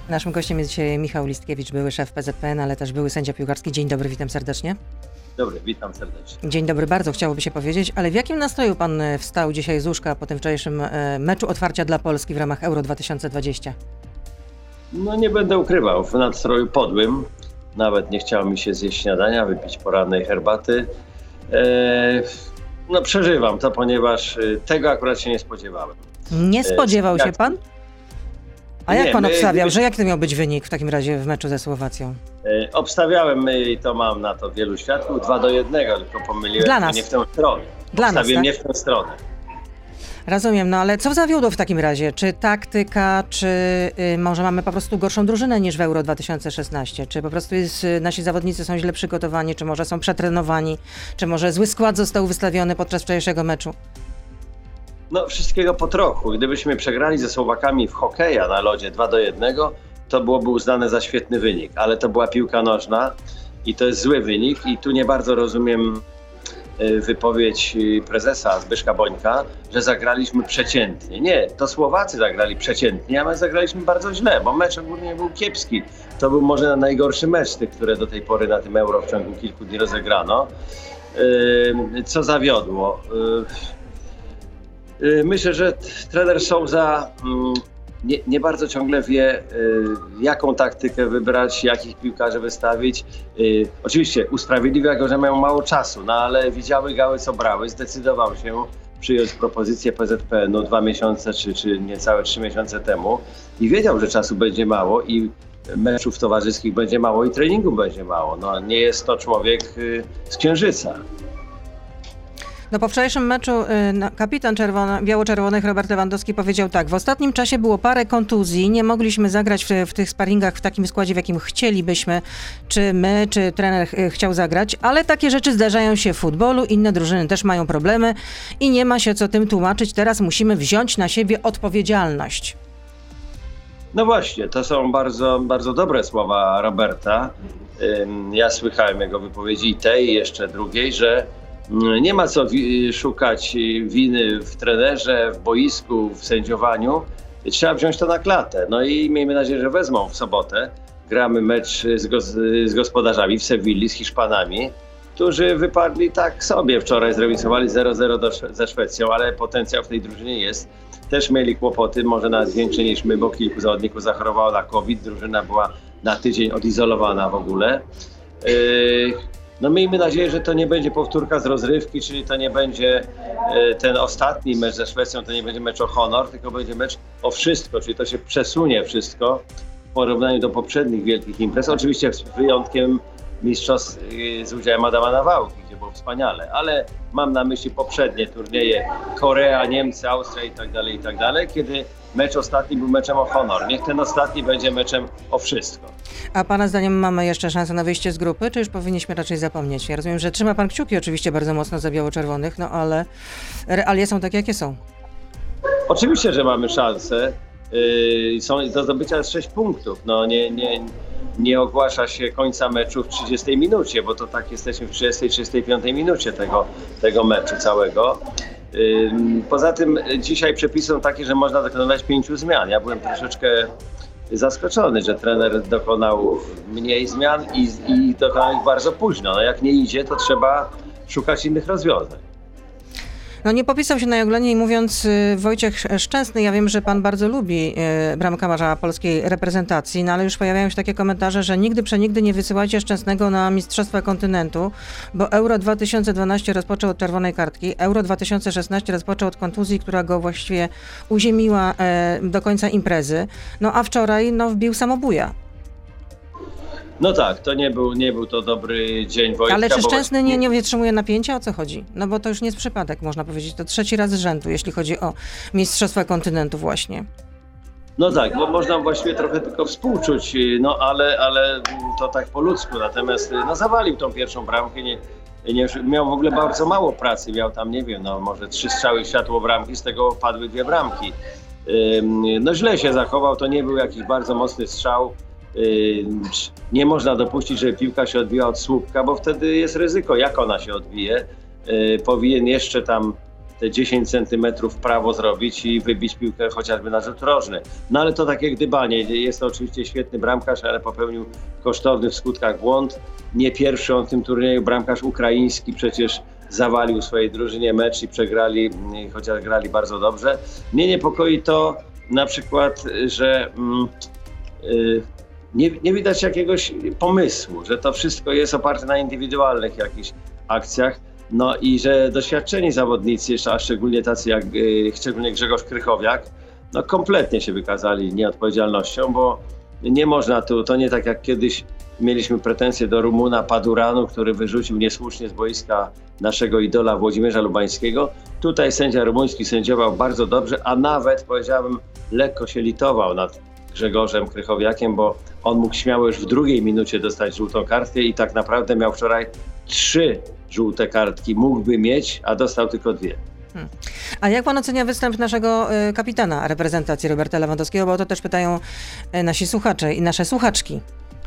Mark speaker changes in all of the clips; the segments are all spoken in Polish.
Speaker 1: Naszym gościem jest dzisiaj Michał Listkiewicz, były szef PZPN, ale też były sędzia piłkarski. Dzień dobry, witam serdecznie.
Speaker 2: Dobry, witam serdecznie.
Speaker 1: Dzień dobry, bardzo chciałoby się powiedzieć, ale w jakim nastroju pan wstał dzisiaj z łóżka po tym wczorajszym meczu otwarcia dla Polski w ramach Euro 2020?
Speaker 2: No nie będę ukrywał, w nastroju podłym. Nawet nie chciało mi się zjeść śniadania, wypić porannej herbaty. No przeżywam to, ponieważ tego akurat się nie spodziewałem.
Speaker 1: Nie spodziewał się pan? A jak
Speaker 2: Nie,
Speaker 1: pan obstawiał, że jak to miał być wynik w takim razie w meczu ze Słowacją?
Speaker 2: Obstawiałem i to mam na to wielu świadków, 2-1, tylko pomyliłem
Speaker 1: Dla nas.
Speaker 2: nie w tę stronę. Obstawiłem nie w tę stronę.
Speaker 1: Rozumiem, no ale co zawiodło w takim razie? Czy taktyka, czy może mamy po prostu gorszą drużynę niż w Euro 2016? Czy po prostu nasi zawodnicy są źle przygotowani, czy może są przetrenowani, czy może zły skład został wystawiony podczas wczorajszego meczu?
Speaker 2: No wszystkiego po trochu. Gdybyśmy przegrali ze Słowakami w hokeja na lodzie 2-1, to byłoby uznane za świetny wynik, ale to była piłka nożna i to jest zły wynik i tu nie bardzo rozumiem wypowiedź prezesa Zbyszka Bońka, że zagraliśmy przeciętnie. Nie, to Słowacy zagrali przeciętnie, a my zagraliśmy bardzo źle, bo mecz ogólnie był kiepski. To był może najgorszy mecz z tych, które do tej pory na tym Euro w ciągu kilku dni rozegrano. Co zawiodło? Myślę, że trener Sousa nie bardzo ciągle wie, jaką taktykę wybrać, jakich piłkarzy wystawić. Oczywiście usprawiedliwia go, że mają mało czasu, no ale widziały gały, co brały. Zdecydował się przyjąć propozycję PZPN-u 2 miesiące czy niecałe 3 miesiące temu i wiedział, że czasu będzie mało i meczów towarzyskich będzie mało i treningu będzie mało. No, nie jest to człowiek z Księżyca.
Speaker 1: No po wczorajszym meczu kapitan biało-czerwonych Robert Lewandowski powiedział tak: w ostatnim czasie było parę kontuzji, nie mogliśmy zagrać w tych sparingach w takim składzie, w jakim chcielibyśmy, czy my, czy trener chciał zagrać, ale takie rzeczy zdarzają się w futbolu, inne drużyny też mają problemy i nie ma się co tym tłumaczyć, teraz musimy wziąć na siebie odpowiedzialność.
Speaker 2: No właśnie, to są bardzo, bardzo dobre słowa Roberta. Ja słychałem jego wypowiedzi i tej, i jeszcze drugiej, że nie ma co szukać winy w trenerze, w boisku, w sędziowaniu. Trzeba wziąć to na klatę. No i miejmy nadzieję, że wezmą w sobotę. Gramy mecz z gospodarzami w Sewilli, z Hiszpanami, którzy wypadli tak sobie. Wczoraj zremisowali 0-0 ze Szwecją, ale potencjał w tej drużynie jest. Też mieli kłopoty, może nawet większe niż my, bo kilku zawodników zachorowało na COVID. Drużyna była na tydzień odizolowana w ogóle. No miejmy nadzieję, że to nie będzie powtórka z rozrywki, czyli to nie będzie ten ostatni mecz ze Szwecją, to nie będzie mecz o honor, tylko będzie mecz o wszystko, czyli to się przesunie wszystko w porównaniu do poprzednich wielkich imprez. Oczywiście z wyjątkiem mistrzostw z udziałem Adama Nawałki, gdzie było wspaniale, ale mam na myśli poprzednie turnieje Korea, Niemcy, Austria i tak dalej, kiedy mecz ostatni był meczem o honor. Niech ten ostatni będzie meczem o wszystko.
Speaker 1: A pana zdaniem mamy jeszcze szansę na wyjście z grupy, czy już powinniśmy raczej zapomnieć? Ja rozumiem, że trzyma pan kciuki oczywiście bardzo mocno za biało-czerwonych, no ale realia są takie, jakie są.
Speaker 2: Oczywiście, że mamy szansę. Są do zdobycia 6 punktów. No nie ogłasza się końca meczu w 30 minucie, bo to tak jesteśmy w 30-35 minucie tego meczu całego. Poza tym dzisiaj przepisy są takie, że można dokonywać 5 zmian. Ja byłem troszeczkę zaskoczony, że trener dokonał mniej zmian i dokonał ich bardzo późno. No jak nie idzie, to trzeba szukać innych rozwiązań.
Speaker 1: No nie popisał się na oglądzie i mówiąc Wojciech Szczęsny, ja wiem, że pan bardzo lubi bramkarza polskiej reprezentacji, no ale już pojawiają się takie komentarze, że nigdy przenigdy nie wysyłajcie Szczęsnego na Mistrzostwa Kontynentu, bo Euro 2012 rozpoczął od czerwonej kartki, Euro 2016 rozpoczął od kontuzji, która go właściwie uziemiła do końca imprezy, no a wczoraj wbił samobuja.
Speaker 2: No tak, to nie był to dobry dzień Wojtka.
Speaker 1: Ale czy Szczęsny nie wytrzymuje napięcia? O co chodzi? No bo to już nie jest przypadek, można powiedzieć. To 3. raz z rzędu, jeśli chodzi o Mistrzostwa Kontynentu właśnie.
Speaker 2: No tak, bo można właściwie trochę tylko współczuć, no ale to tak po ludzku. Natomiast zawalił tą pierwszą bramkę, miał w ogóle bardzo mało pracy. Miał tam, nie wiem, może 3 strzały w światło bramki, z tego padły 2 bramki. No źle się zachował, to nie był jakiś bardzo mocny strzał. Nie można dopuścić, żeby piłka się odbiła od słupka, bo wtedy jest ryzyko, jak ona się odbije. Powinien jeszcze tam te 10 centymetrów w prawo zrobić i wybić piłkę chociażby na rzut rożny. No ale to takie gdybanie. Jest to oczywiście świetny bramkarz, ale popełnił kosztowny w skutkach błąd. Nie pierwszy on w tym turnieju, bramkarz ukraiński przecież zawalił swojej drużynie mecz i przegrali, chociaż grali bardzo dobrze. Mnie niepokoi to na przykład, że nie widać jakiegoś pomysłu, że to wszystko jest oparte na indywidualnych jakichś akcjach. No i że doświadczeni zawodnicy, a szczególnie tacy jak szczególnie Grzegorz Krychowiak, no kompletnie się wykazali nieodpowiedzialnością, bo nie można to nie tak jak kiedyś mieliśmy pretensje do Rumuna Paduranu, który wyrzucił niesłusznie z boiska naszego idola Włodzimierza Lubańskiego. Tutaj sędzia rumuński sędziował bardzo dobrze, a nawet powiedziałbym lekko się litował nad Grzegorzem Krychowiakiem, bo on mógł śmiało już w drugiej minucie dostać żółtą kartkę i tak naprawdę miał wczoraj 3 żółte kartki. Mógłby mieć, a dostał tylko 2.
Speaker 1: A jak pan ocenia występ naszego kapitana reprezentacji Roberta Lewandowskiego, bo o to też pytają nasi słuchacze i nasze słuchaczki.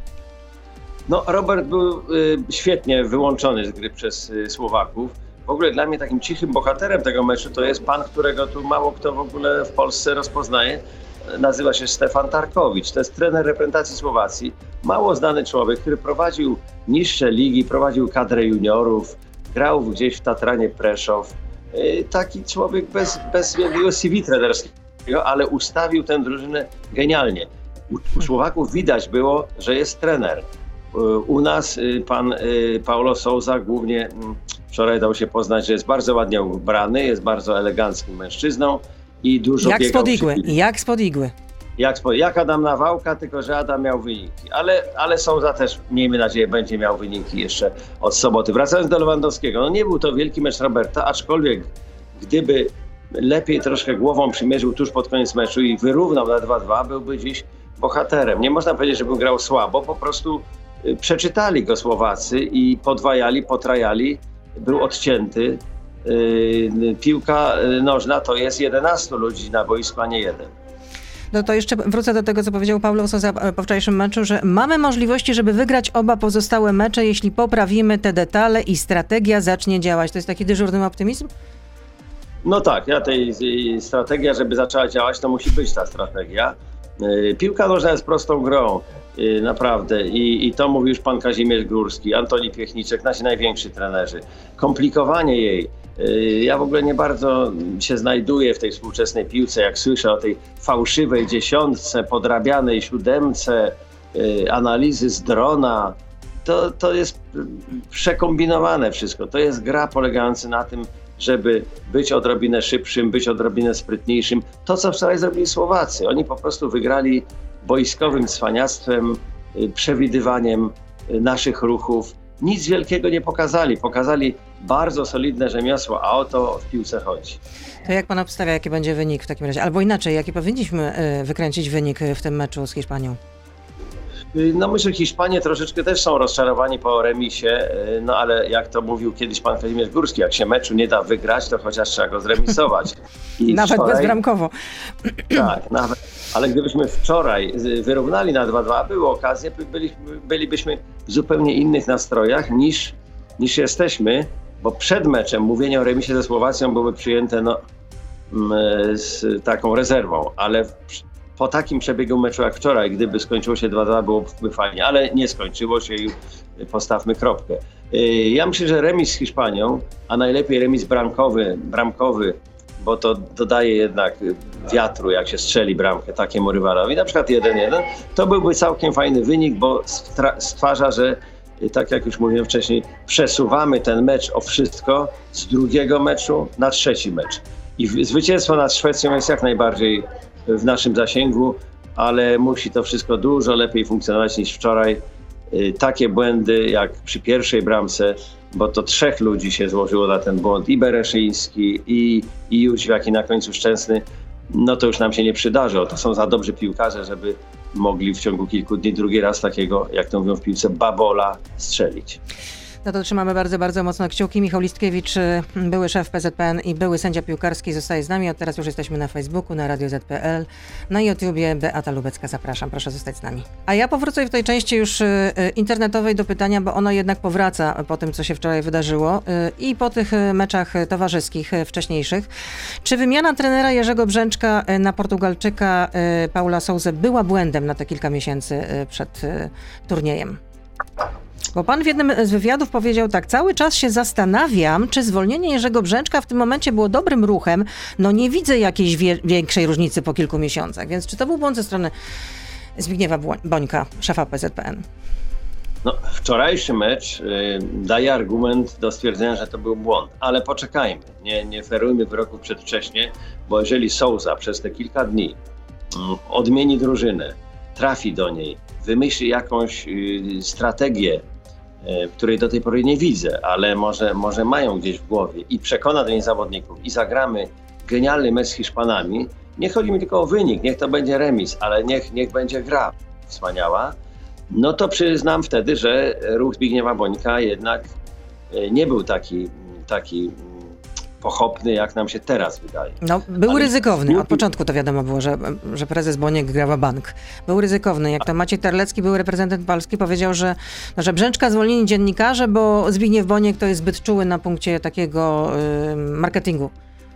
Speaker 2: No, Robert był świetnie wyłączony z gry przez Słowaków. W ogóle dla mnie takim cichym bohaterem tego meczu to jest pan, którego tu mało kto w ogóle w Polsce rozpoznaje. Nazywa się Stefan Tarkowicz. To jest trener reprezentacji Słowacji. Mało znany człowiek, który prowadził niższe ligi, prowadził kadrę juniorów, grał gdzieś w Tatranie Preszów. Taki człowiek bez wielkiego CV trenerskiego, ale ustawił tę drużynę genialnie. U Słowaków widać było, że jest trener. U nas pan Paulo Sousa głównie wczoraj dał się poznać, że jest bardzo ładnie ubrany, jest bardzo eleganckim mężczyzną i dużo
Speaker 1: jak
Speaker 2: biegał
Speaker 1: spod igły, jak spod igły.
Speaker 2: Jak Adam Nawałka, tylko że Adam miał wyniki. Ale Sousa też, miejmy nadzieję, będzie miał wyniki jeszcze od soboty. Wracając do Lewandowskiego, no nie był to wielki mecz Roberta, aczkolwiek gdyby lepiej troszkę głową przymierzył tuż pod koniec meczu i wyrównał na 2-2, byłby dziś bohaterem. Nie można powiedzieć, żeby grał słabo, po prostu przeczytali go Słowacy i podwajali, potrajali. Był odcięty. Piłka nożna to jest 11 ludzi na boisku, a nie 1.
Speaker 1: No to jeszcze wrócę do tego, co powiedział Paulo Sousa po wczorajszym meczu, że mamy możliwości, żeby wygrać oba pozostałe mecze, jeśli poprawimy te detale i strategia zacznie działać. To jest taki dyżurny optymizm?
Speaker 2: No tak, strategia, żeby zaczęła działać, to musi być ta strategia. Piłka nożna jest prostą grą, naprawdę. I to mówi już pan Kazimierz Górski, Antoni Piechniczek, nasi najwięksi trenerzy. Komplikowanie jej. Ja w ogóle nie bardzo się znajduję w tej współczesnej piłce, jak słyszę o tej fałszywej 10, podrabianej 7, analizy z drona. To jest przekombinowane wszystko. To jest gra polegająca na tym, żeby być odrobinę szybszym, być odrobinę sprytniejszym. To, co wczoraj zrobili Słowacy. Oni po prostu wygrali boiskowym cwaniactwem, przewidywaniem naszych ruchów. Nic wielkiego nie pokazali. Pokazali bardzo solidne rzemiosło, a o to w piłce chodzi.
Speaker 1: To jak pan obstawia, jaki będzie wynik w takim razie? Albo inaczej, jaki powinniśmy wykręcić wynik w tym meczu z Hiszpanią?
Speaker 2: No myślę, że Hiszpanie troszeczkę też są rozczarowani po remisie, no ale jak to mówił kiedyś pan Kazimierz Górski, jak się meczu nie da wygrać, to chociaż trzeba go zremisować. I
Speaker 1: nawet
Speaker 2: wczoraj,
Speaker 1: bezbramkowo.
Speaker 2: Tak, nawet. Ale gdybyśmy wczoraj wyrównali na 2-2, były okazje, bylibyśmy w zupełnie innych nastrojach niż jesteśmy, bo przed meczem mówienie o remisie ze Słowacją byłoby przyjęte z taką rezerwą, ale po takim przebiegu meczu jak wczoraj, gdyby skończyło się 2-2, byłoby fajnie, ale nie skończyło się i postawmy kropkę. Ja myślę, że remis z Hiszpanią, a najlepiej remis bramkowy, bo to dodaje jednak wiatru, jak się strzeli bramkę takiemu rywalowi, na przykład 1-1, to byłby całkiem fajny wynik, bo stwarza, że tak jak już mówiłem wcześniej, przesuwamy ten mecz o wszystko z drugiego meczu na trzeci mecz. I zwycięstwo nad Szwecją jest jak najbardziej w naszym zasięgu, ale musi to wszystko dużo lepiej funkcjonować niż wczoraj. Takie błędy jak przy pierwszej bramce, bo to 3 ludzi się złożyło na ten błąd, i Bereszyński, i Jóźwiak, i na końcu Szczęsny, no to już nam się nie przydarzy. To są za dobrzy piłkarze, żeby mogli w ciągu kilku dni drugi raz takiego, jak to mówią w piłce, babola strzelić.
Speaker 1: No to trzymamy bardzo, bardzo mocno kciuki. Michał Listkiewicz, były szef PZPN i były sędzia piłkarski, zostaje z nami. Od teraz już jesteśmy na Facebooku, na Radio Z.pl, na YouTubie. Beata Lubecka, zapraszam, proszę zostać z nami. A ja powrócę w tej części już internetowej do pytania, bo ono jednak powraca po tym, co się wczoraj wydarzyło i po tych meczach towarzyskich wcześniejszych. Czy wymiana trenera Jerzego Brzęczka na Portugalczyka Paula Sousę była błędem na te kilka miesięcy przed turniejem? Bo pan w jednym z wywiadów powiedział tak: cały czas się zastanawiam, czy zwolnienie Jerzego Brzęczka w tym momencie było dobrym ruchem. No nie widzę jakiejś większej różnicy po kilku miesiącach. Więc czy to był błąd ze strony Zbigniewa Bońka, szefa PZPN?
Speaker 2: No, wczorajszy mecz daje argument do stwierdzenia, że to był błąd. Ale poczekajmy, nie ferujmy wyroków przedwcześnie, bo jeżeli Sousa przez te kilka dni odmieni drużynę, trafi do niej, wymyśli jakąś strategię, której do tej pory nie widzę, ale może mają gdzieś w głowie i przekona do niej zawodników i zagramy genialny mecz z Hiszpanami, nie chodzi mi tylko o wynik, niech to będzie remis, ale niech będzie gra wspaniała, no to przyznam wtedy, że ruch Zbigniewa Bońka jednak nie był taki pochopny, jak nam się teraz wydaje. No,
Speaker 1: był ryzykowny. Od początku to wiadomo było, że prezes Boniek grała bank. Był ryzykowny. Jak to Maciej Terlecki, był reprezentant Polski, powiedział, że Brzęczka zwolnili dziennikarze, bo Zbigniew Boniek to jest zbyt czuły na punkcie takiego marketingu.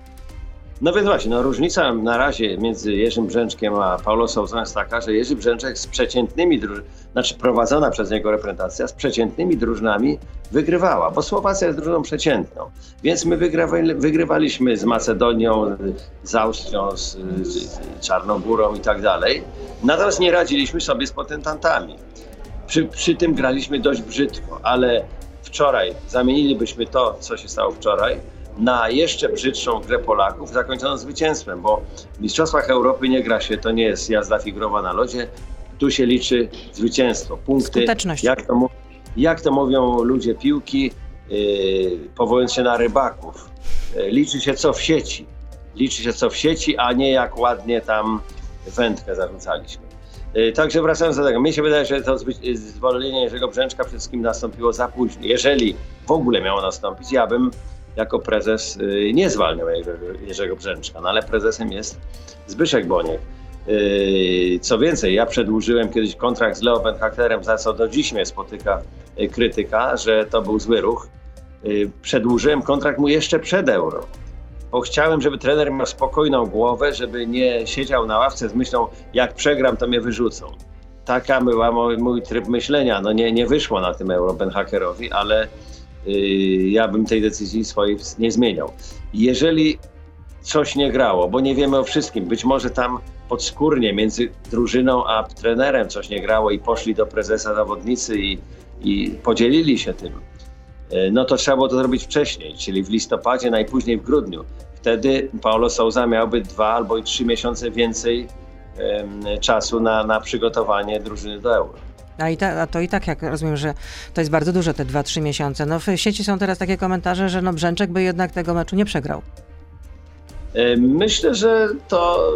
Speaker 2: No więc właśnie, różnica na razie między Jerzym Brzęczkiem a Paulo Sousą jest taka, że Jerzy Brzęczek z przeciętnymi prowadzona przez niego reprezentacja z przeciętnymi drużynami wygrywała, bo Słowacja jest drużyną przeciętną. Więc my wygrywaliśmy z Macedonią, z Austrią, z Czarnogórą i tak dalej. Natomiast nie radziliśmy sobie z potentantami. Przy tym graliśmy dość brzydko, ale wczoraj zamienilibyśmy to, co się stało wczoraj, na jeszcze brzydszą grę Polaków zakończoną zwycięstwem, bo w Mistrzostwach Europy nie gra się, to nie jest jazda figrowa na lodzie, tu się liczy zwycięstwo, punkty.
Speaker 1: Skuteczność.
Speaker 2: Jak to mówią ludzie piłki, powołując się na rybaków, liczy się co w sieci, a nie jak ładnie tam wędkę zarzucaliśmy. Także wracając do tego, mnie się wydaje, że to zwolnienie Jerzego Brzęczka przede wszystkim nastąpiło za późno. Jeżeli w ogóle miało nastąpić, ja bym jako prezes nie zwalniał Jerzego Brzęczka, no ale prezesem jest Zbyszek Boniek. Co więcej, ja przedłużyłem kiedyś kontrakt z Leo Bendhakerem, za co do dziś mnie spotyka krytyka, że to był zły ruch. Przedłużyłem kontrakt mu jeszcze przed Euro, bo chciałem, żeby trener miał spokojną głowę, żeby nie siedział na ławce z myślą, jak przegram, to mnie wyrzucą. Taka była mój tryb myślenia. No nie wyszło na tym Euro Bendhakerowi, ale ja bym tej decyzji swojej nie zmieniał. Jeżeli coś nie grało, bo nie wiemy o wszystkim, być może tam podskórnie między drużyną a trenerem coś nie grało i poszli do prezesa zawodnicy i podzielili się tym, no to trzeba było to zrobić wcześniej, czyli w listopadzie, najpóźniej w grudniu. Wtedy Paulo Sousa miałby 2 albo 3 miesiące więcej czasu na przygotowanie drużyny do Euro.
Speaker 1: A to i tak, jak rozumiem, że to jest bardzo dużo, te 2-3 miesiące. No w sieci są teraz takie komentarze, że Brzęczek by jednak tego meczu nie przegrał.
Speaker 2: Myślę, że to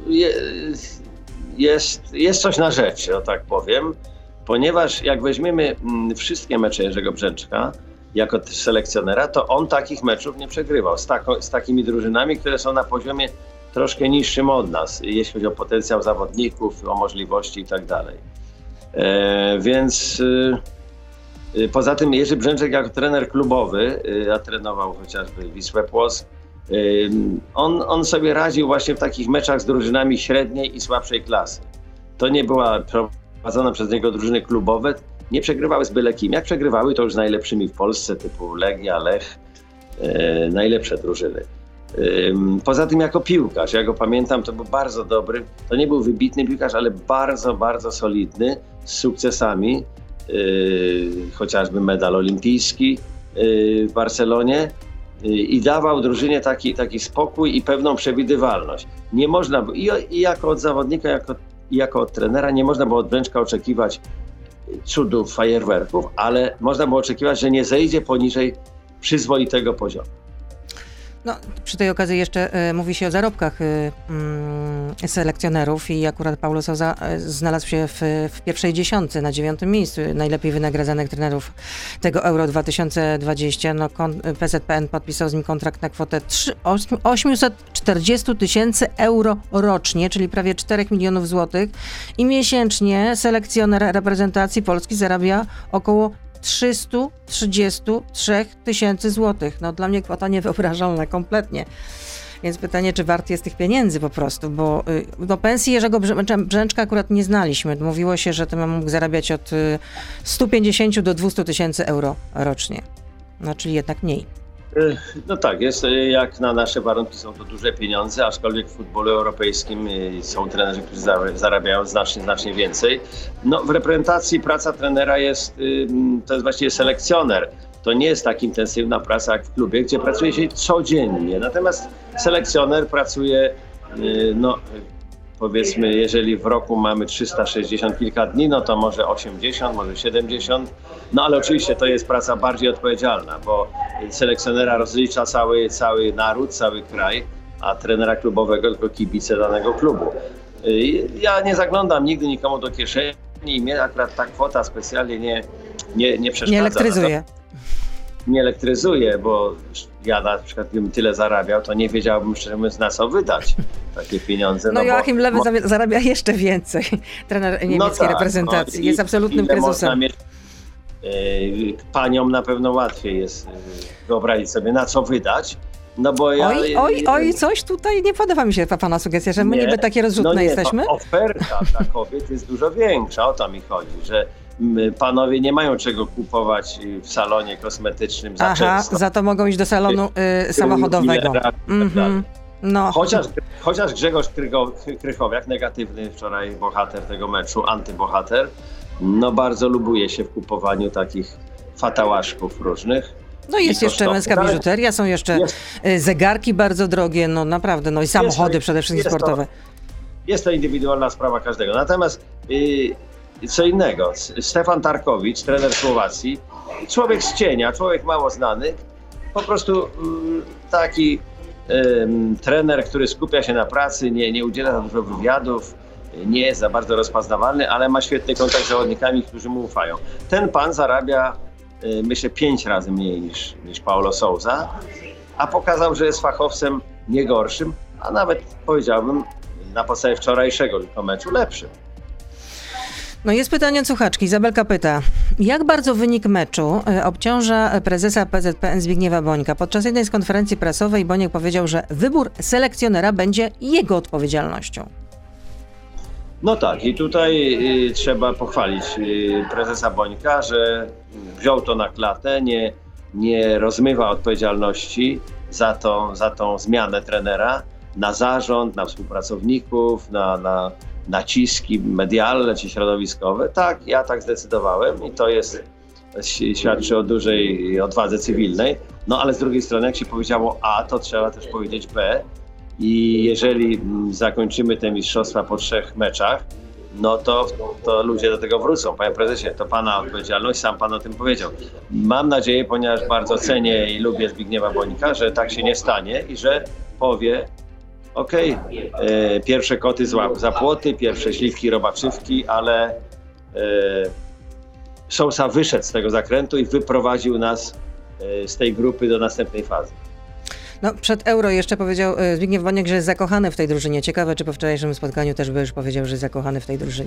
Speaker 2: jest coś na rzeczy, o tak powiem, ponieważ jak weźmiemy wszystkie mecze Jerzego Brzęczka jako selekcjonera, to on takich meczów nie przegrywał z takimi drużynami, które są na poziomie troszkę niższym od nas, jeśli chodzi o potencjał zawodników, o możliwości i tak dalej. Więc poza tym Jerzy Brzęczek jako trener klubowy, a trenował chociażby Wisłę Płock, on sobie radził właśnie w takich meczach z drużynami średniej i słabszej klasy. To nie była prowadzona przez niego drużyny klubowe, nie przegrywały z byle kim. Jak przegrywały, to już z najlepszymi w Polsce, typu Legia, Lech, najlepsze drużyny. Poza tym jako piłkarz, ja go pamiętam, to był bardzo dobry, to nie był wybitny piłkarz, ale bardzo, bardzo solidny, z sukcesami, chociażby medal olimpijski w Barcelonie i dawał drużynie taki spokój i pewną przewidywalność. Nie można, i jako od zawodnika, jako od trenera, nie można było od Brzęczka oczekiwać cudów, fajerwerków, ale można było oczekiwać, że nie zejdzie poniżej przyzwoitego poziomu.
Speaker 1: No, przy tej okazji jeszcze mówi się o zarobkach selekcjonerów i akurat Paulo Sousa znalazł się w pierwszej dziesiątce, na 9. miejscu najlepiej wynagradzanych trenerów tego Euro 2020. No, PZPN podpisał z nim kontrakt na kwotę 840 000 euro rocznie, czyli prawie 4 milionów złotych i miesięcznie selekcjoner reprezentacji Polski zarabia około 333 000 złotych. No dla mnie kwota niewyobrażalna kompletnie. Więc pytanie, czy wart jest tych pieniędzy po prostu, bo do pensji Jerzego Brzęczka akurat nie znaliśmy. Mówiło się, że ten mógł zarabiać od 150 do 200 000 euro rocznie. No czyli jednak mniej.
Speaker 2: No tak, jest jak na nasze warunki są to duże pieniądze, aczkolwiek w futbolu europejskim są trenerzy, którzy zarabiają znacznie więcej. No w reprezentacji praca trenera to jest właściwie selekcjoner. To nie jest tak intensywna praca jak w klubie, gdzie pracuje się codziennie. Natomiast selekcjoner pracuje, no powiedzmy, jeżeli w roku mamy 360 kilka dni, no to może 80, może 70. No ale oczywiście to jest praca bardziej odpowiedzialna, bo selekcjonera rozlicza cały naród, cały kraj, a trenera klubowego tylko kibice danego klubu. Ja nie zaglądam nigdy nikomu do kieszeni i mnie akurat ta kwota specjalnie nie przeszkadza.
Speaker 1: Nie elektryzuje.
Speaker 2: Nie elektryzuje, bo ja na przykład gdybym tyle zarabiał, to nie wiedziałbym szczerze mówiąc na co wydać takie pieniądze.
Speaker 1: No Joachim Lewy zarabia jeszcze więcej. Trener niemieckiej reprezentacji. Jest absolutnym kryzysem.
Speaker 2: Paniom na pewno łatwiej jest wyobrazić sobie na co wydać. No bo
Speaker 1: Oj, coś tutaj nie podoba mi się pana sugestia, że my niby takie rozrzutne jesteśmy.
Speaker 2: Oferta dla kobiet jest dużo większa, o to mi chodzi, że panowie nie mają czego kupować w salonie kosmetycznym za często.
Speaker 1: Za to mogą iść do salonu samochodowego. No.
Speaker 2: Chociaż Grzegorz Krychowiak, negatywny wczoraj bohater tego meczu, antybohater, no bardzo lubuje się w kupowaniu takich fatałaszków różnych.
Speaker 1: No jest jeszcze męska biżuteria, są jeszcze zegarki bardzo drogie, no naprawdę, no i samochody przede wszystkim sportowe.
Speaker 2: Jest to indywidualna sprawa każdego. Natomiast co innego, Stefan Tarkowicz, trener Słowacji, człowiek z cienia, człowiek mało znany, po prostu taki trener, który skupia się na pracy, nie udziela za dużo wywiadów, nie jest za bardzo rozpoznawalny, ale ma świetny kontakt z zawodnikami, którzy mu ufają. Ten pan zarabia, myślę, 5 razy mniej niż Paulo Sousa, a pokazał, że jest fachowcem nie gorszym, a nawet powiedziałbym na podstawie wczorajszego tylko meczu lepszym.
Speaker 1: No jest pytanie od słuchaczki. Izabelka pyta, jak bardzo wynik meczu obciąża prezesa PZPN Zbigniewa Bońka? Podczas jednej z konferencji prasowej Boniek powiedział, że wybór selekcjonera będzie jego odpowiedzialnością.
Speaker 2: No tak, i tutaj trzeba pochwalić prezesa Bońka, że wziął to na klatę, nie rozmywa odpowiedzialności za tą zmianę trenera na zarząd, na współpracowników, na naciski medialne czy środowiskowe. Tak, ja tak zdecydowałem i to świadczy o dużej odwadze cywilnej. No ale z drugiej strony, jak się powiedziało A, to trzeba też powiedzieć B. I jeżeli zakończymy te mistrzostwa po 3 meczach, no to ludzie do tego wrócą. Panie prezesie, to pana odpowiedzialność, sam pan o tym powiedział. Mam nadzieję, ponieważ bardzo cenię i lubię Zbigniewa Bońka, że tak się nie stanie i że powie: okej, pierwsze koty za płoty, pierwsze śliwki robaczywki, ale Sousa wyszedł z tego zakrętu i wyprowadził nas z tej grupy do następnej fazy.
Speaker 1: No, przed Euro jeszcze powiedział Zbigniew Boniek, że jest zakochany w tej drużynie. Ciekawe, czy po wczorajszym spotkaniu też by już powiedział, że jest zakochany w tej drużynie.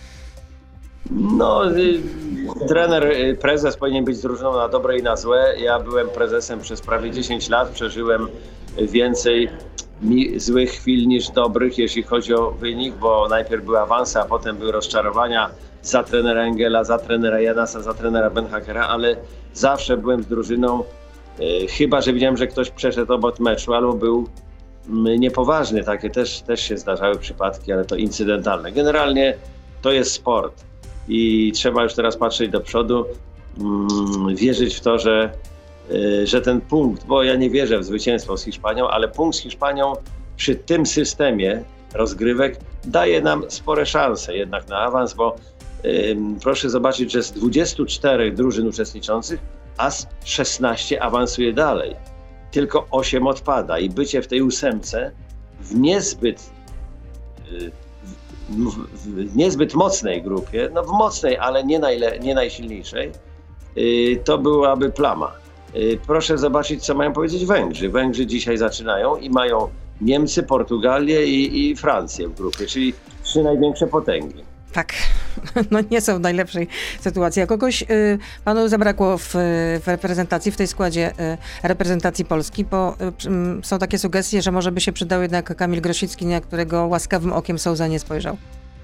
Speaker 2: No, prezes powinien być z drużyną na dobre i na złe. Ja byłem prezesem przez prawie 10 lat, przeżyłem więcej złych chwil niż dobrych, jeśli chodzi o wynik, bo najpierw były awanse, a potem były rozczarowania za trenera Engela, za trenera Janasa, za trenera Benhakera, ale zawsze byłem z drużyną, chyba że widziałem, że ktoś przeszedł obok meczu albo był niepoważny. Takie też się zdarzały przypadki, ale to incydentalne. Generalnie to jest sport i trzeba już teraz patrzeć do przodu, wierzyć w to, że ten punkt, bo ja nie wierzę w zwycięstwo z Hiszpanią, ale punkt z Hiszpanią przy tym systemie rozgrywek daje nam spore szanse jednak na awans, bo proszę zobaczyć, że z 24 drużyn uczestniczących aż 16 awansuje dalej. tylko 8 odpada i bycie w tej 8 w niezbyt mocnej grupie, no w mocnej, ale nie najsilniejszej, to byłaby plama. Proszę zobaczyć, co mają powiedzieć Węgrzy. Węgrzy dzisiaj zaczynają i mają Niemcy, Portugalię i Francję w grupie, czyli 3 największe potęgi.
Speaker 1: Tak, no nie są w najlepszej sytuacji. A kogoś panu zabrakło w reprezentacji, w tej składzie reprezentacji Polski, bo są takie sugestie, że może by się przydał jednak Kamil Grosicki, na którego łaskawym okiem Sousa nie spojrzał.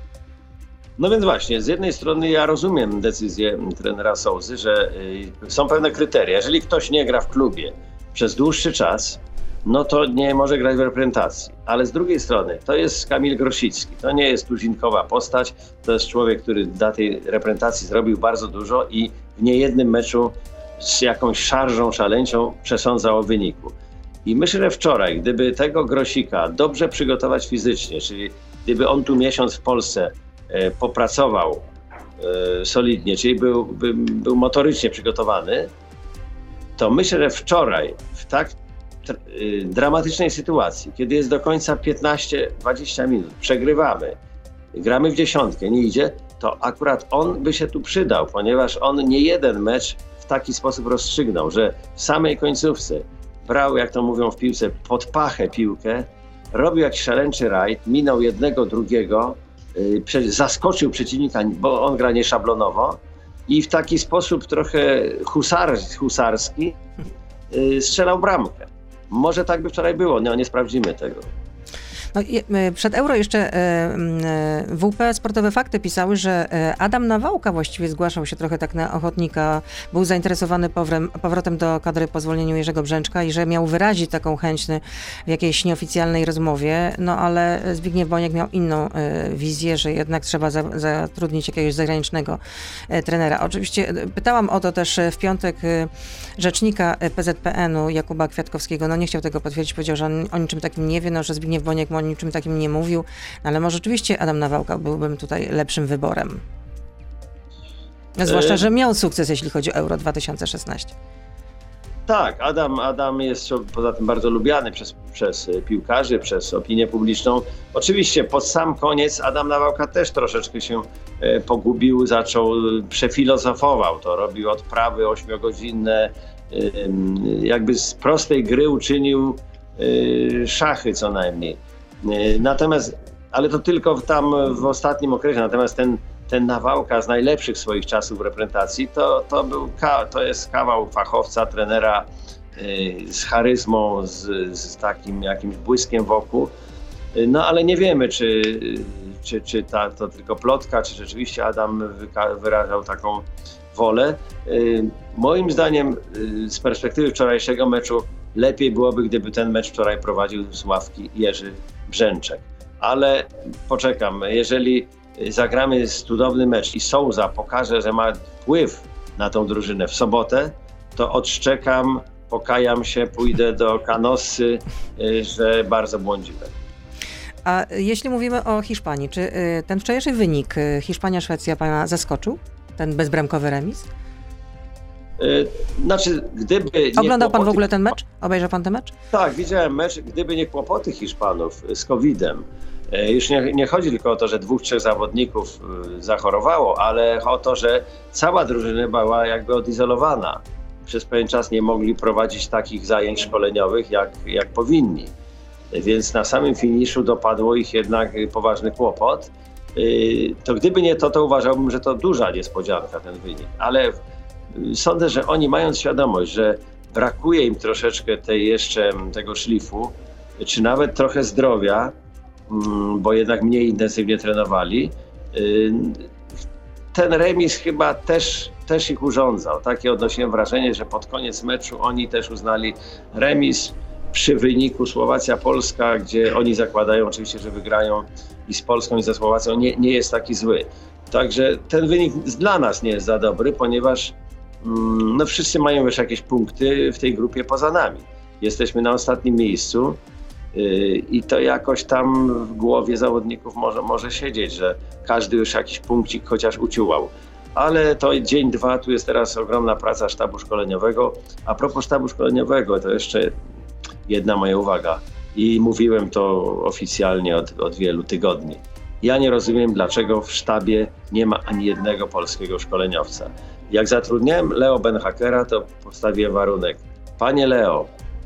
Speaker 2: No więc właśnie, z jednej strony ja rozumiem decyzję trenera Sousy, że są pewne kryteria. Jeżeli ktoś nie gra w klubie przez dłuższy czas, no to nie może grać w reprezentacji. Ale z drugiej strony to jest Kamil Grosicki. To nie jest tuzinkowa postać. To jest człowiek, który dla tej reprezentacji zrobił bardzo dużo i w niejednym meczu z jakąś szarżą, szaleńczą przesądzał o wyniku. I myślę, że wczoraj, gdyby tego Grosika dobrze przygotować fizycznie, czyli gdyby on tu miesiąc w Polsce popracował solidnie, czyli był motorycznie przygotowany, to myślę, że wczoraj w tak dramatycznej sytuacji, kiedy jest do końca 15-20 minut, przegrywamy, gramy w dziesiątkę, nie idzie, to akurat on by się tu przydał, ponieważ on nie jeden mecz w taki sposób rozstrzygnął, że w samej końcówce brał, jak to mówią w piłce, pod pachę piłkę, robił jakiś szaleńczy rajd, minął jednego, drugiego, zaskoczył przeciwnika, bo on gra nieszablonowo i w taki sposób trochę husarski strzelał bramkę. Może tak by wczoraj było, no nie sprawdzimy tego.
Speaker 1: No, przed Euro jeszcze WP Sportowe Fakty pisały, że Adam Nawałka właściwie zgłaszał się trochę tak na ochotnika, był zainteresowany powrotem do kadry po zwolnieniu Jerzego Brzęczka i że miał wyrazić taką chęć w jakiejś nieoficjalnej rozmowie, no ale Zbigniew Boniek miał inną wizję, że jednak trzeba zatrudnić jakiegoś zagranicznego trenera. Oczywiście pytałam o to też w piątek rzecznika PZPN-u Jakuba Kwiatkowskiego, no nie chciał tego potwierdzić, powiedział, że on o niczym takim nie wie, no, że Zbigniew Boniek o niczym takim nie mówił, ale może rzeczywiście Adam Nawałka byłbym tutaj lepszym wyborem. Zwłaszcza, że miał sukces, jeśli chodzi o Euro 2016.
Speaker 2: Tak, Adam jest poza tym bardzo lubiany przez piłkarzy, przez opinię publiczną. Oczywiście pod sam koniec Adam Nawałka też troszeczkę się pogubił, przefilozofował to, robił odprawy 8-godzinne, jakby z prostej gry uczynił szachy co najmniej. Ale to tylko tam w ostatnim okresie, natomiast ten Nawałka z najlepszych swoich czasów w reprezentacji, to jest kawał fachowca, trenera z charyzmą, z takim jakimś błyskiem wokół. No ale nie wiemy, czy to tylko plotka, czy rzeczywiście Adam wyrażał taką wolę. Moim zdaniem z perspektywy wczorajszego meczu lepiej byłoby, gdyby ten mecz wczoraj prowadził z ławki Jerzy Brzęczek. Ale poczekam, jeżeli zagramy cudowny mecz i Sousa pokaże, że ma wpływ na tą drużynę w sobotę, to odszczekam, pokajam się, pójdę do Canossy, że bardzo błądziłem.
Speaker 1: A jeśli mówimy o Hiszpanii, czy ten wczorajszy wynik Hiszpania-Szwecja pana zaskoczył? Ten bezbramkowy remis?
Speaker 2: Znaczy,
Speaker 1: Oglądał pan w ogóle ten mecz? Obejrzał pan ten mecz?
Speaker 2: Tak, widziałem mecz. Gdyby nie kłopoty Hiszpanów z COVID-em, już nie chodzi tylko o to, że 2-3 zawodników zachorowało, ale o to, że cała drużyna była jakby odizolowana. Przez pewien czas nie mogli prowadzić takich zajęć szkoleniowych, jak powinni. Więc na samym finiszu dopadło ich jednak poważny kłopot. To gdyby nie to uważałbym, że to duża niespodzianka ten wynik. Ale sądzę, że oni mając świadomość, że brakuje im troszeczkę tego szlifu, czy nawet trochę zdrowia, bo jednak mniej intensywnie trenowali, ten remis chyba też ich urządzał. Takie odnosiłem wrażenie, że pod koniec meczu oni też uznali remis przy wyniku Słowacja-Polska, gdzie oni zakładają oczywiście, że wygrają i z Polską i ze Słowacją, nie jest taki zły. Także ten wynik dla nas nie jest za dobry, ponieważ wszyscy mają już jakieś punkty w tej grupie poza nami. Jesteśmy na ostatnim miejscu i to jakoś tam w głowie zawodników może siedzieć, że każdy już jakiś punkcik chociaż uciułał. Ale to dzień, dwa, tu jest teraz ogromna praca sztabu szkoleniowego. A propos sztabu szkoleniowego, to jeszcze jedna moja uwaga. I mówiłem to oficjalnie od wielu tygodni. Ja nie rozumiem, dlaczego w sztabie nie ma ani jednego polskiego szkoleniowca. Jak zatrudniałem Leo Benhakera, to postawiłem warunek. Panie Leo,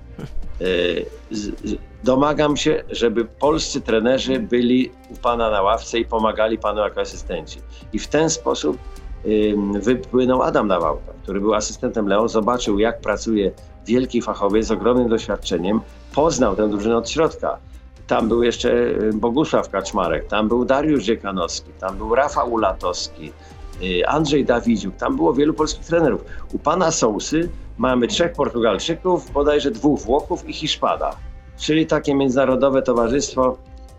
Speaker 2: domagam się, żeby polscy trenerzy byli u pana na ławce i pomagali panu jako asystenci. I w ten sposób wypłynął Adam Nawałka, który był asystentem Leo, zobaczył, jak pracuje wielki fachowiec z ogromnym doświadczeniem, poznał tę drużynę od środka. Tam był jeszcze Bogusław Kaczmarek, tam był Dariusz Dziekanowski, tam był Rafał Ulatowski, Andrzej Dawidziuk, tam było wielu polskich trenerów. U pana Sousy mamy 3 Portugalczyków, bodajże 2 Włochów i Hiszpana. Czyli takie międzynarodowe towarzystwo,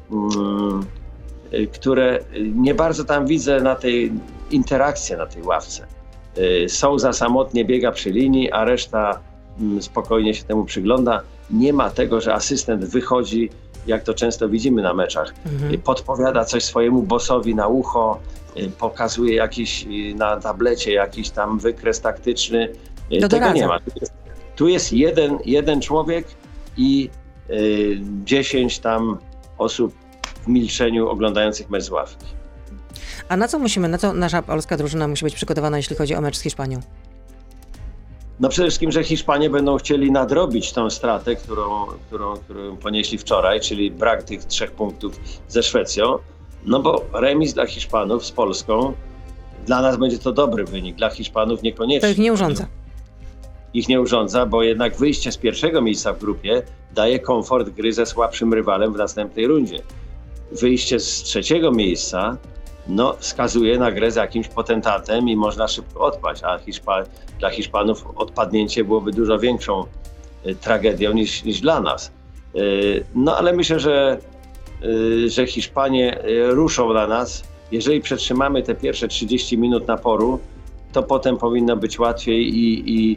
Speaker 2: które nie bardzo tam widzę na tej interakcji na tej ławce. Sousa samotnie biega przy linii, a reszta spokojnie się temu przygląda. Nie ma tego, że asystent wychodzi, jak to często widzimy na meczach, podpowiada coś swojemu bossowi na ucho, pokazuje jakiś na tablecie jakiś tam wykres taktyczny. Tego nie ma. Tu jest jeden człowiek i 10 tam osób w milczeniu oglądających mecz z ławki.
Speaker 1: A na co nasza polska drużyna musi być przygotowana, jeśli chodzi o mecz z Hiszpanią?
Speaker 2: No przede wszystkim, że Hiszpanie będą chcieli nadrobić tą stratę, którą ponieśli wczoraj, czyli brak tych 3 punktów ze Szwecją. No bo remis dla Hiszpanów z Polską, dla nas będzie to dobry wynik, dla Hiszpanów niekoniecznie.
Speaker 1: To ich nie urządza.
Speaker 2: Ich nie urządza, bo jednak wyjście z pierwszego miejsca w grupie daje komfort gry ze słabszym rywalem w następnej rundzie. Wyjście z 3. miejsca wskazuje na grę z jakimś potentatem i można szybko odpaść, a dla Hiszpanów odpadnięcie byłoby dużo większą tragedią niż dla nas. No ale myślę, że Hiszpanie ruszą na nas. Jeżeli przetrzymamy te pierwsze 30 minut naporu, to potem powinno być łatwiej i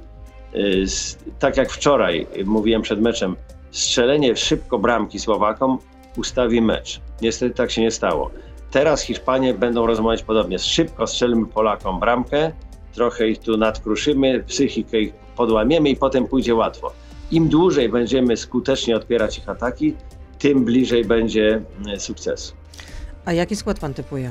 Speaker 2: tak jak wczoraj mówiłem przed meczem, strzelenie szybko bramki Słowakom ustawi mecz. Niestety tak się nie stało. Teraz Hiszpanie będą rozmawiać podobnie. Szybko strzelimy Polakom bramkę, trochę ich tu nadkruszymy, psychikę ich podłamiemy i potem pójdzie łatwo. Im dłużej będziemy skutecznie odpierać ich ataki, tym bliżej będzie sukcesu.
Speaker 1: A jaki skład pan typuje?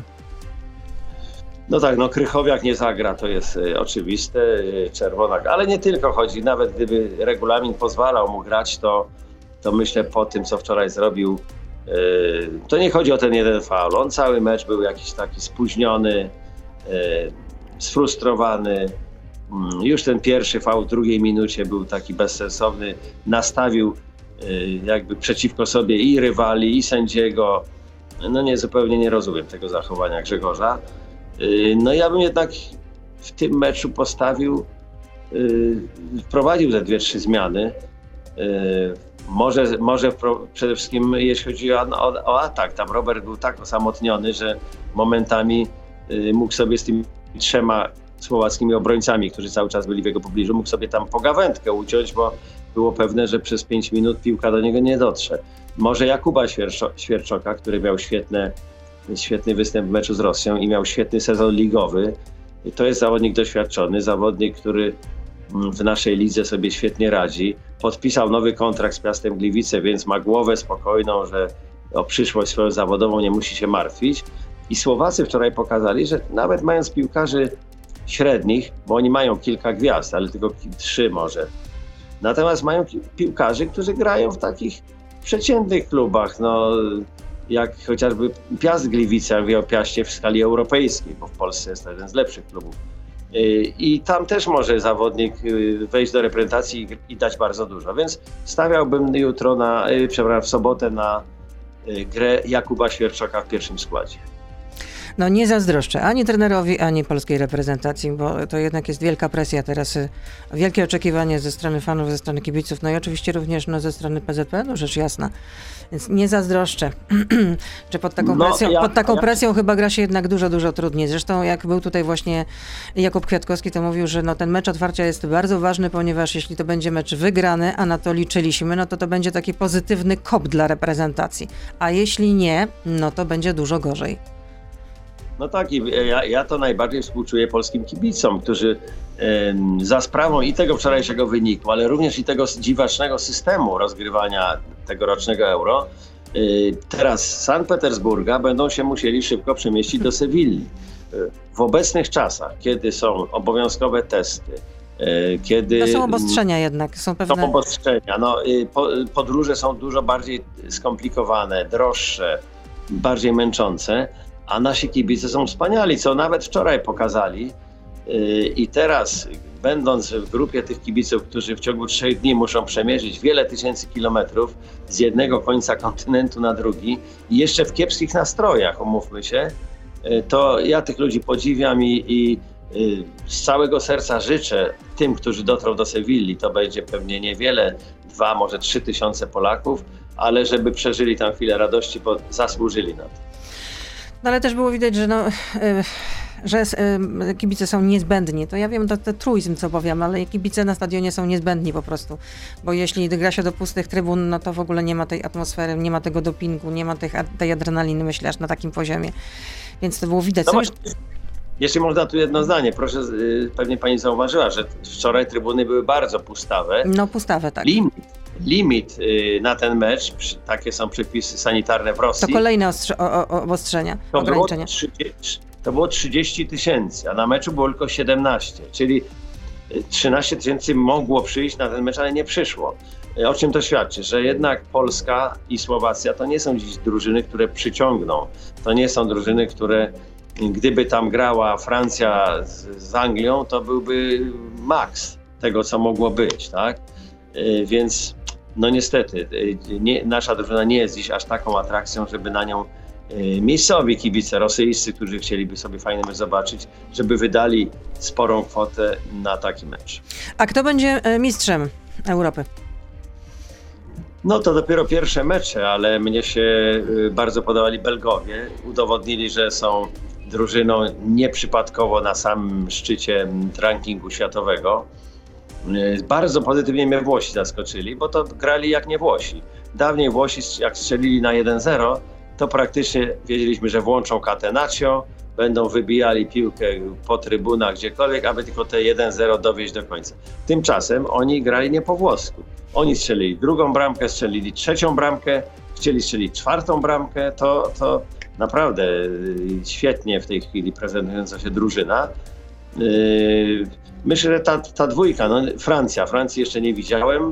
Speaker 2: No tak, Krychowiak nie zagra, to jest oczywiste, Czerwonak, ale nie tylko chodzi, nawet gdyby regulamin pozwalał mu grać, to myślę po tym, co wczoraj zrobił, to nie chodzi o ten jeden faul. On cały mecz był jakiś taki spóźniony, sfrustrowany. Już ten pierwszy faul w 2 minucie był taki bezsensowny. Nastawił jakby przeciwko sobie i rywali, i sędziego. Zupełnie nie rozumiem tego zachowania Grzegorza. Ja bym jednak w tym meczu wprowadził te 2-3 zmiany. Może przede wszystkim jeśli chodzi o atak, tam Robert był tak osamotniony, że momentami mógł sobie z tymi 3 słowackimi obrońcami, którzy cały czas byli w jego pobliżu, mógł sobie tam pogawędkę uciąć, bo było pewne, że przez 5 minut piłka do niego nie dotrze. Może Jakuba Świerczoka, który miał świetny występ w meczu z Rosją i miał świetny sezon ligowy. To jest zawodnik doświadczony, zawodnik, który w naszej lidze sobie świetnie radzi. Podpisał nowy kontrakt z Piastem Gliwice, więc ma głowę spokojną, że o przyszłość swoją zawodową nie musi się martwić. I Słowacy wczoraj pokazali, że nawet mając piłkarzy średnich, bo oni mają kilka gwiazd, ale tylko 3 może. Natomiast mają piłkarzy, którzy grają w takich przeciętnych klubach, jak chociażby Piast Gliwice, mówię o Piaście w skali europejskiej, bo w Polsce jest to jeden z lepszych klubów. I tam też może zawodnik wejść do reprezentacji i dać bardzo dużo. Więc stawiałbym w sobotę na grę Jakuba Świerczoka w pierwszym składzie.
Speaker 1: Nie zazdroszczę ani trenerowi, ani polskiej reprezentacji, bo to jednak jest wielka presja teraz, wielkie oczekiwanie ze strony fanów, ze strony kibiców, i oczywiście również ze strony PZP, rzecz jasna. Więc nie zazdroszczę. Czy pod taką presją chyba gra się jednak dużo, dużo trudniej. Zresztą jak był tutaj właśnie Jakub Kwiatkowski, to mówił, że ten mecz otwarcia jest bardzo ważny, ponieważ jeśli to będzie mecz wygrany, a na to liczyliśmy, to będzie taki pozytywny kop dla reprezentacji. A jeśli nie, to będzie dużo gorzej.
Speaker 2: No tak, i ja to najbardziej współczuję polskim kibicom, którzy za sprawą i tego wczorajszego wyniku, ale również i tego dziwacznego systemu rozgrywania tegorocznego Euro, teraz z Sankt Petersburga będą się musieli szybko przemieścić do Sewilli. W obecnych czasach, kiedy są obowiązkowe testy, kiedy...
Speaker 1: To są obostrzenia jednak, są pewne...
Speaker 2: Są obostrzenia. Podróże są dużo bardziej skomplikowane, droższe, bardziej męczące, a nasi kibice są wspaniali, co nawet wczoraj pokazali. I teraz, będąc w grupie tych kibiców, którzy w ciągu 3 dni muszą przemierzyć wiele tysięcy kilometrów z jednego końca kontynentu na drugi i jeszcze w kiepskich nastrojach, umówmy się, to ja tych ludzi podziwiam i z całego serca życzę tym, którzy dotrą do Sewilli, to będzie pewnie niewiele, 2, może 3 tysiące Polaków, ale żeby przeżyli tam chwilę radości, bo zasłużyli na to.
Speaker 1: No ale też było widać, że kibice są niezbędni. To ja wiem, to truizm, co powiem, ale kibice na stadionie są niezbędni po prostu. Bo jeśli gra się do pustych trybun, no to w ogóle nie ma tej atmosfery, nie ma tego dopingu, nie ma tej adrenaliny, myślę, aż na takim poziomie. Więc to było widać.
Speaker 2: No jeśli można tu jedno zdanie, proszę, pewnie pani zauważyła, że wczoraj trybuny były bardzo pustawe.
Speaker 1: No pustawe, tak.
Speaker 2: Limit na ten mecz, takie są przepisy sanitarne w Rosji.
Speaker 1: To kolejne obostrzenia, ograniczenia.
Speaker 2: To było 30 tysięcy, a na meczu było tylko 17, czyli 13 tysięcy mogło przyjść na ten mecz, ale nie przyszło. O czym to świadczy? Że jednak Polska i Słowacja to nie są dziś drużyny, które przyciągną. To nie są drużyny, które gdyby tam grała Francja z Anglią, to byłby maks tego, co mogło być, tak? Więc no niestety nasza drużyna nie jest dziś aż taką atrakcją, żeby na nią miejscowi kibice rosyjscy, którzy chcieliby sobie fajny mecz zobaczyć, żeby wydali sporą kwotę na taki mecz.
Speaker 1: A kto będzie mistrzem Europy?
Speaker 2: No to dopiero pierwsze mecze, ale mnie się bardzo podobali Belgowie. Udowodnili, że są drużyną nieprzypadkowo na samym szczycie rankingu światowego. Bardzo pozytywnie mnie Włosi zaskoczyli, bo to grali jak nie Włosi. Dawniej Włosi, jak strzelili na 1-0, to praktycznie wiedzieliśmy, że włączą catenaccio, będą wybijali piłkę po trybunach gdziekolwiek, aby tylko te 1-0 dowieść do końca. Tymczasem oni grali nie po włosku. Oni strzelili drugą bramkę, strzelili trzecią bramkę, chcieli strzelić czwartą bramkę. To naprawdę świetnie w tej chwili prezentująca się drużyna. Myślę, że ta dwójka, no Francji jeszcze nie widziałem,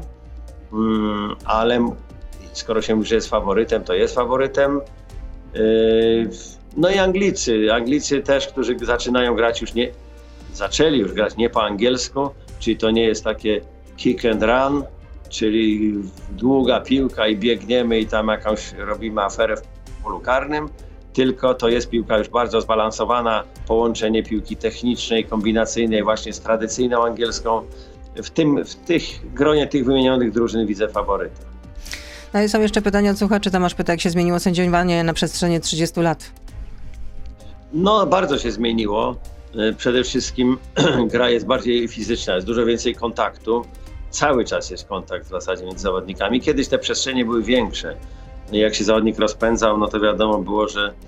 Speaker 2: ale skoro się mówi, że jest faworytem, to jest faworytem. No i Anglicy też, którzy zaczęli już grać nie po angielsku, czyli to nie jest takie kick and run, czyli długa piłka i biegniemy i tam jakąś robimy aferę w polu karnym, tylko to jest piłka już bardzo zbalansowana, połączenie piłki technicznej, kombinacyjnej właśnie z tradycyjną angielską. W gronie tych wymienionych drużyn widzę faworyta.
Speaker 1: No i są jeszcze pytania od słuchaczy. Tomasz pyta, jak się zmieniło sędziowanie na przestrzeni 30 lat?
Speaker 2: No, bardzo się zmieniło. Przede wszystkim gra jest bardziej fizyczna, jest dużo więcej kontaktu. Cały czas jest kontakt w zasadzie między zawodnikami. Kiedyś te przestrzenie były większe. Jak się zawodnik rozpędzał, no to wiadomo było,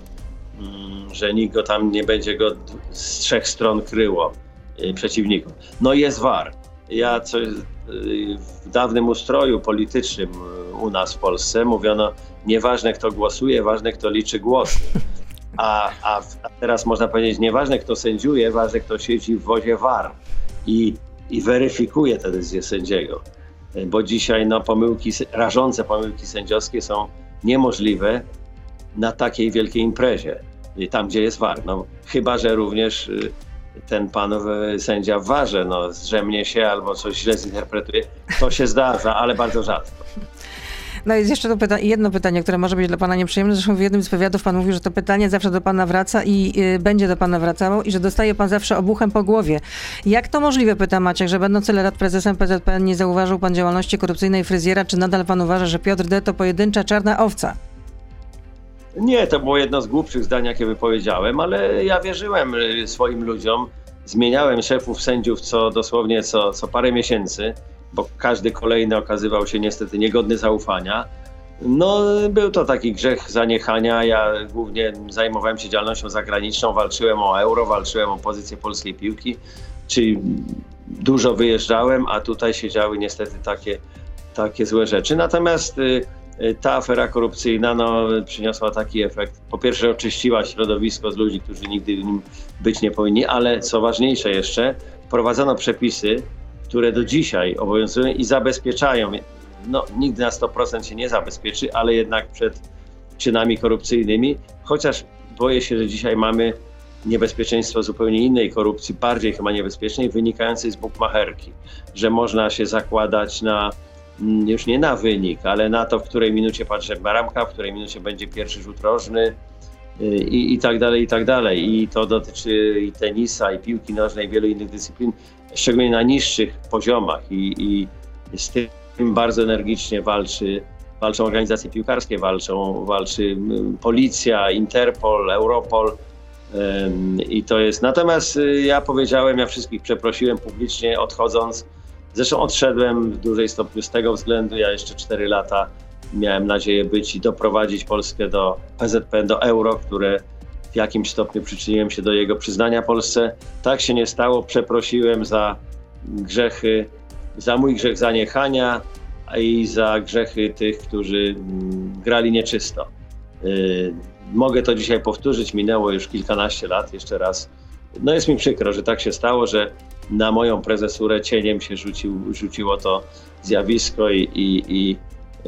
Speaker 2: że nikt go tam nie będzie go z 3 stron kryło przeciwników. No i jest VAR. W dawnym ustroju politycznym u nas w Polsce mówiono, nieważne kto głosuje, ważne kto liczy głosy. A teraz można powiedzieć, nieważne kto sędziuje, ważne kto siedzi w wozie VAR i weryfikuje te decyzje sędziego. Bo dzisiaj rażące pomyłki sędziowskie są niemożliwe na takiej wielkiej imprezie, tam gdzie jest VAR. No, chyba że również ten pan sędzia w VAR-ze zdrzemnie się albo coś źle zinterpretuje. To się zdarza, ale bardzo rzadko.
Speaker 1: No jest jeszcze jedno pytanie, które może być dla pana nieprzyjemne. Zresztą w jednym z wywiadów pan mówił, że to pytanie zawsze do pana wraca i będzie do pana wracało i że dostaje pan zawsze obuchem po głowie. Jak to możliwe, pyta Maciek, że będąc tyle lat prezesem PZPN nie zauważył pan działalności korupcyjnej fryzjera? Czy nadal pan uważa, że Piotr D. to pojedyncza czarna owca?
Speaker 2: Nie, to było jedno z głupszych zdań, jakie wypowiedziałem, ale ja wierzyłem swoim ludziom. Zmieniałem szefów sędziów dosłownie co parę miesięcy, bo każdy kolejny okazywał się niestety niegodny zaufania. No, był to taki grzech zaniechania. Ja głównie zajmowałem się działalnością zagraniczną, walczyłem o euro, walczyłem o pozycję polskiej piłki, czyli dużo wyjeżdżałem, a tutaj się działy niestety takie złe rzeczy. Natomiast ta afera korupcyjna przyniosła taki efekt. Po pierwsze, oczyściła środowisko z ludzi, którzy nigdy w nim być nie powinni, ale co ważniejsze jeszcze, wprowadzono przepisy, które do dzisiaj obowiązują i zabezpieczają. Nigdy na 100% się nie zabezpieczy, ale jednak przed czynami korupcyjnymi, chociaż boję się, że dzisiaj mamy niebezpieczeństwo zupełnie innej korupcji, bardziej chyba niebezpiecznej, wynikającej z bukmacherki, że można się zakładać już nie na wynik, ale na to, w której minucie padnie bramka, w której minucie będzie pierwszy rzut rożny i tak dalej, i tak dalej. I to dotyczy i tenisa, i piłki nożnej, i wielu innych dyscyplin, szczególnie na niższych poziomach i z tym bardzo energicznie walczą organizacje piłkarskie, walczy policja, Interpol, Europol i to jest. Natomiast ja wszystkich przeprosiłem publicznie odchodząc. Zresztą odszedłem w dużej stopniu z tego względu. Ja jeszcze 4 lata miałem nadzieję być i doprowadzić Polskę do PZPN, do euro, które w jakimś stopniu przyczyniłem się do jego przyznania Polsce. Tak się nie stało. Przeprosiłem za grzechy, za mój grzech zaniechania i za grzechy tych, którzy grali nieczysto. Mogę to dzisiaj powtórzyć, minęło już kilkanaście lat, jeszcze raz. Jest mi przykro, że tak się stało, że na moją prezesurę cieniem się rzuciło to zjawisko i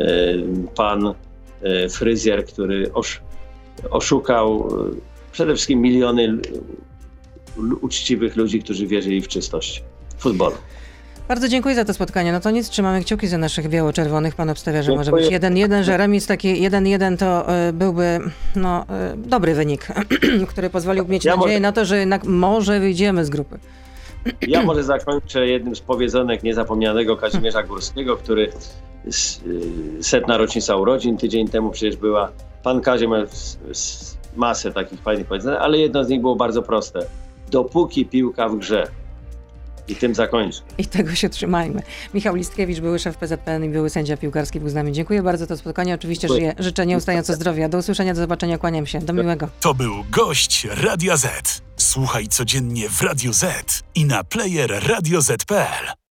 Speaker 2: pan fryzjer, który oszukał przede wszystkim miliony uczciwych ludzi, którzy wierzyli w czystość futbolu.
Speaker 1: Bardzo dziękuję za to spotkanie. No to nic, trzymamy kciuki za naszych biało-czerwonych. Pan obstawia, że może być 1-1, że remis taki 1-1 to byłby dobry wynik, który pozwoliłby mieć nadzieję na to, że jednak może wyjdziemy z grupy.
Speaker 2: Ja może zakończę jednym z powiedzonek niezapomnianego Kazimierza Górskiego, który 100. rocznica urodzin tydzień temu przecież była. Pan Kazio miał masę takich fajnych powiedzonek, ale jedno z nich było bardzo proste. Dopóki piłka w grze. I tym zakończę.
Speaker 1: I tego się trzymajmy. Michał Listkiewicz, były szef PZPN i były sędzia piłkarski, był z nami. Dziękuję bardzo za to spotkanie. Oczywiście życzę nieustająco zdrowia. Do usłyszenia, do zobaczenia, kłaniam się. Do miłego.
Speaker 3: To był gość Radia Z. Słuchaj codziennie w Radio Z i na player radioz.pl.